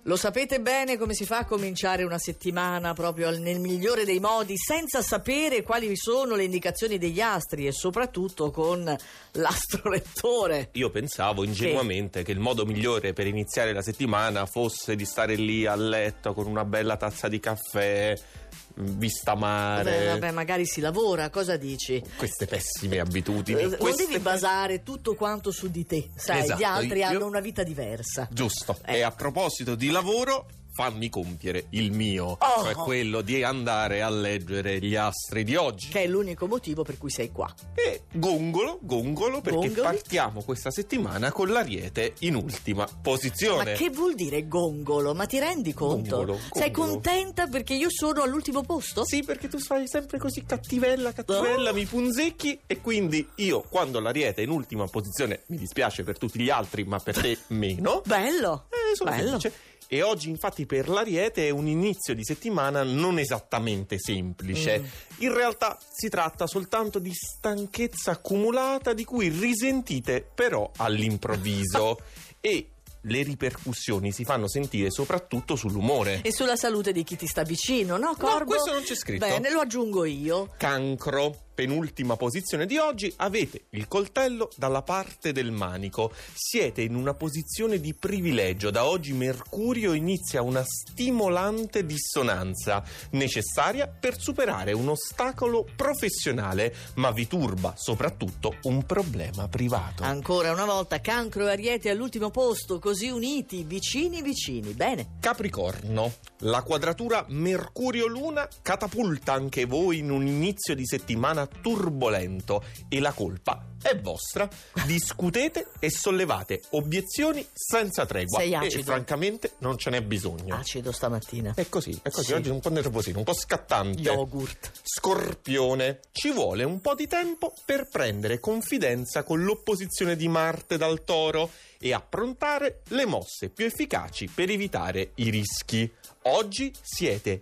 Lo sapete bene come si fa a cominciare una settimana proprio nel migliore dei modi, senza sapere quali sono le indicazioni degli astri e soprattutto con l'astrolettore. Io pensavo ingenuamente che il modo migliore per iniziare la settimana fosse di stare lì a letto con una bella tazza di caffè, vista mare. Vabbè, magari si lavora, cosa dici? Queste pessime abitudini. Non devi basare tutto quanto su di te, sai, Esatto, gli altri hanno una vita diversa. Giusto. E a proposito di lavoro, fammi compiere il mio, cioè quello di andare a leggere gli astri di oggi. Che è l'unico motivo per cui sei qua. E gongolo, perché partiamo questa settimana con l'Ariete in ultima posizione. Ma che vuol dire gongolo? Ma ti rendi conto? Gongolo. Sei contenta perché io sono all'ultimo posto? Sì, perché tu fai sempre così cattivella, mi punzecchi, e quindi io, quando l'Ariete è in ultima posizione, mi dispiace per tutti gli altri, ma per te meno. Bello. Sono felice. E oggi infatti per l'Ariete è un inizio di settimana non esattamente semplice. In realtà si tratta soltanto di stanchezza accumulata di cui risentite però all'improvviso e le ripercussioni si fanno sentire soprattutto sull'umore. E sulla salute di chi ti sta vicino, no, Corbo? No, questo non c'è scritto. Bene, lo aggiungo io. Cancro, penultima posizione di oggi, avete il coltello dalla parte del manico. Siete in una posizione di privilegio. Da oggi Mercurio inizia una stimolante dissonanza necessaria per superare un ostacolo professionale, ma vi turba soprattutto un problema privato. Ancora una volta Cancro e Ariete all'ultimo posto, così uniti, vicini. Bene. Capricorno, la quadratura Mercurio-Luna catapulta anche voi in un inizio di settimana turbolento e la colpa è vostra. Discutete e sollevate obiezioni senza tregua. Sei acido. E francamente non ce n'è bisogno. Acido stamattina. È così. Sì. Oggi un po' nervosino, un po' scattante. Yogurt. Scorpione, ci vuole un po' di tempo per prendere confidenza con l'opposizione di Marte dal Toro e approntare le mosse più efficaci per evitare i rischi. Oggi siete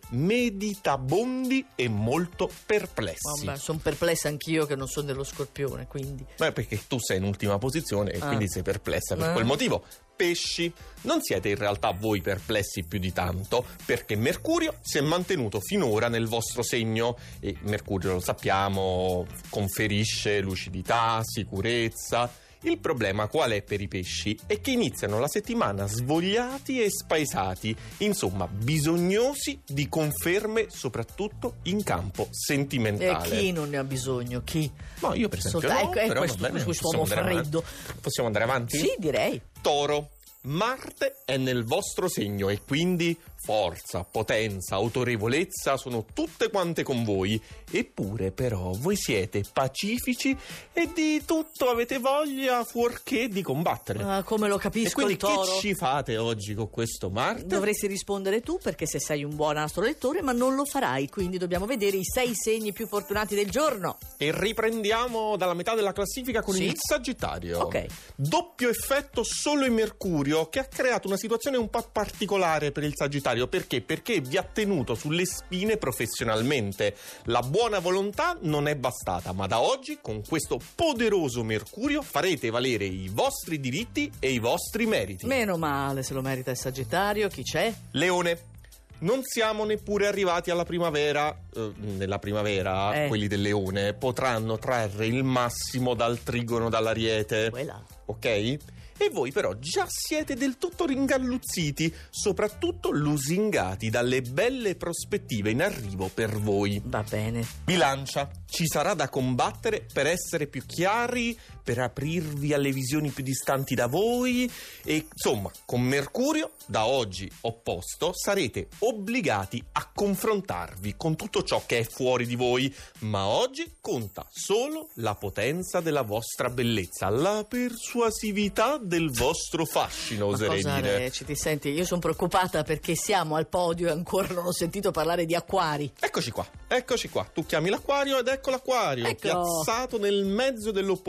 meditabondi e molto perplessi. Vabbè, sono perplessa anch'io che non sono dello Scorpione, quindi. Beh, perché tu sei in ultima posizione e quindi sei perplessa per quel motivo. Pesci, non siete in realtà voi perplessi più di tanto, perché Mercurio si è mantenuto finora nel vostro segno e Mercurio, lo sappiamo, conferisce lucidità, sicurezza. Il problema qual è per i pesci? È che iniziano la settimana svogliati e spaesati, insomma bisognosi di conferme soprattutto in campo sentimentale. E chi non ne ha bisogno? Chi? No, io per esempio no, però quest'uomo freddo. Possiamo andare avanti? Sì, direi. Toro, Marte è nel vostro segno e quindi forza, potenza, autorevolezza sono tutte quante con voi. Eppure però voi siete pacifici e di tutto avete voglia fuorché di combattere. Come lo capisco. E quindi il Toro. che ci fate oggi con questo Marte? Dovresti rispondere tu, perché se sei un buon astrolettore, ma non lo farai, quindi dobbiamo vedere i 6 segni più fortunati del giorno. E riprendiamo dalla metà della classifica con il Sagittario. Ok. Doppio effetto solo in Mercurio, che ha creato una situazione un po' particolare per il Sagittario. Perché? Perché vi ha tenuto sulle spine professionalmente. La buona volontà non è bastata, ma da oggi con questo poderoso Mercurio farete valere i vostri diritti e i vostri meriti. Meno male, se lo merita il Sagittario. Chi c'è? Leone. Non siamo neppure arrivati alla primavera. Nella primavera quelli del Leone potranno trarre il massimo dal trigono dall'Ariete. Quella. Ok? E voi però già siete del tutto ringalluzziti, soprattutto lusingati dalle belle prospettive in arrivo per voi. Va bene. Bilancia, ci sarà da combattere per essere più chiari, per aprirvi alle visioni più distanti da voi e insomma, con Mercurio, da oggi opposto, sarete obbligati a confrontarvi con tutto ciò che è fuori di voi, ma oggi conta solo la potenza della vostra bellezza, la persuasività del vostro fascino, oserei dire. Reciti? Senti, io sono preoccupata perché siamo al podio e ancora non ho sentito parlare di acquari. Eccoci qua. Tu chiami l'acquario ed ecco l'acquario, piazzato nel mezzo dell'opposizione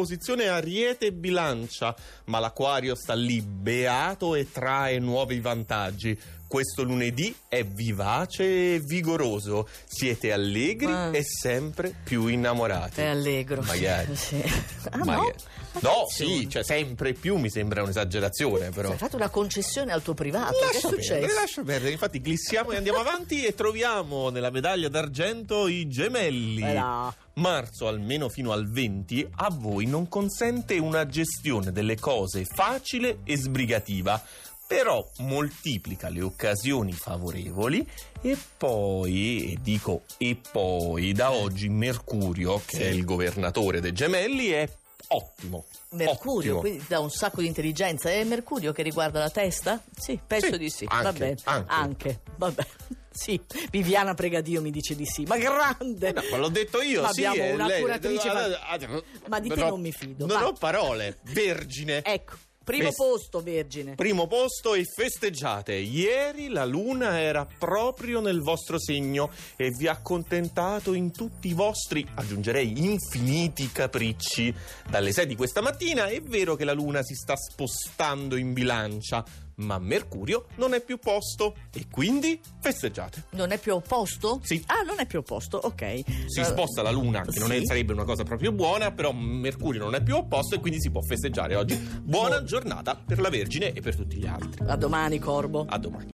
Attenzione Ariete e Bilancia, ma l'Aquario sta lì beato e trae nuovi vantaggi. Questo lunedì è vivace e vigoroso. Siete allegri e sempre più innamorati. È allegro. Magari. Sì. Magari. No? No, sì, cioè sempre più mi sembra un'esagerazione, però. Hai fatto una concessione al tuo privato. Che è successo? Lascia perdere. Infatti glissiamo e andiamo avanti e troviamo nella medaglia d'argento i gemelli. No. Marzo, almeno fino al 20, a voi non consente una gestione delle cose facile e sbrigativa, però moltiplica le occasioni favorevoli e poi, da oggi Mercurio, che è il governatore dei gemelli, è ottimo. Mercurio, ottimo. quindi dà un sacco di intelligenza. È Mercurio che riguarda la testa? Sì, penso Sì, di sì. anche, Vabbè, anche. Vabbè. Sì, Viviana Pregadio mi dice di sì, ma grande! No, ma l'ho detto io, ma sì. abbiamo una lei, curatrice, ma di te non mi fido. Non ho parole. Vergine. Ecco, primo posto, Vergine. Primo posto e festeggiate. Ieri la luna era proprio nel vostro segno e vi ha accontentato in tutti i vostri, aggiungerei infiniti capricci. Dalle 6 di questa mattina è vero che la luna si sta spostando in Bilancia, ma Mercurio non è più posto e quindi festeggiate. Non è più opposto? Sì. Ah, non è più opposto, ok. Si sposta la luna, che non sarebbe una cosa proprio buona, però Mercurio non è più opposto e quindi si può festeggiare oggi. Buona giornata per la Vergine e per tutti gli altri. A domani, Corbo. A domani.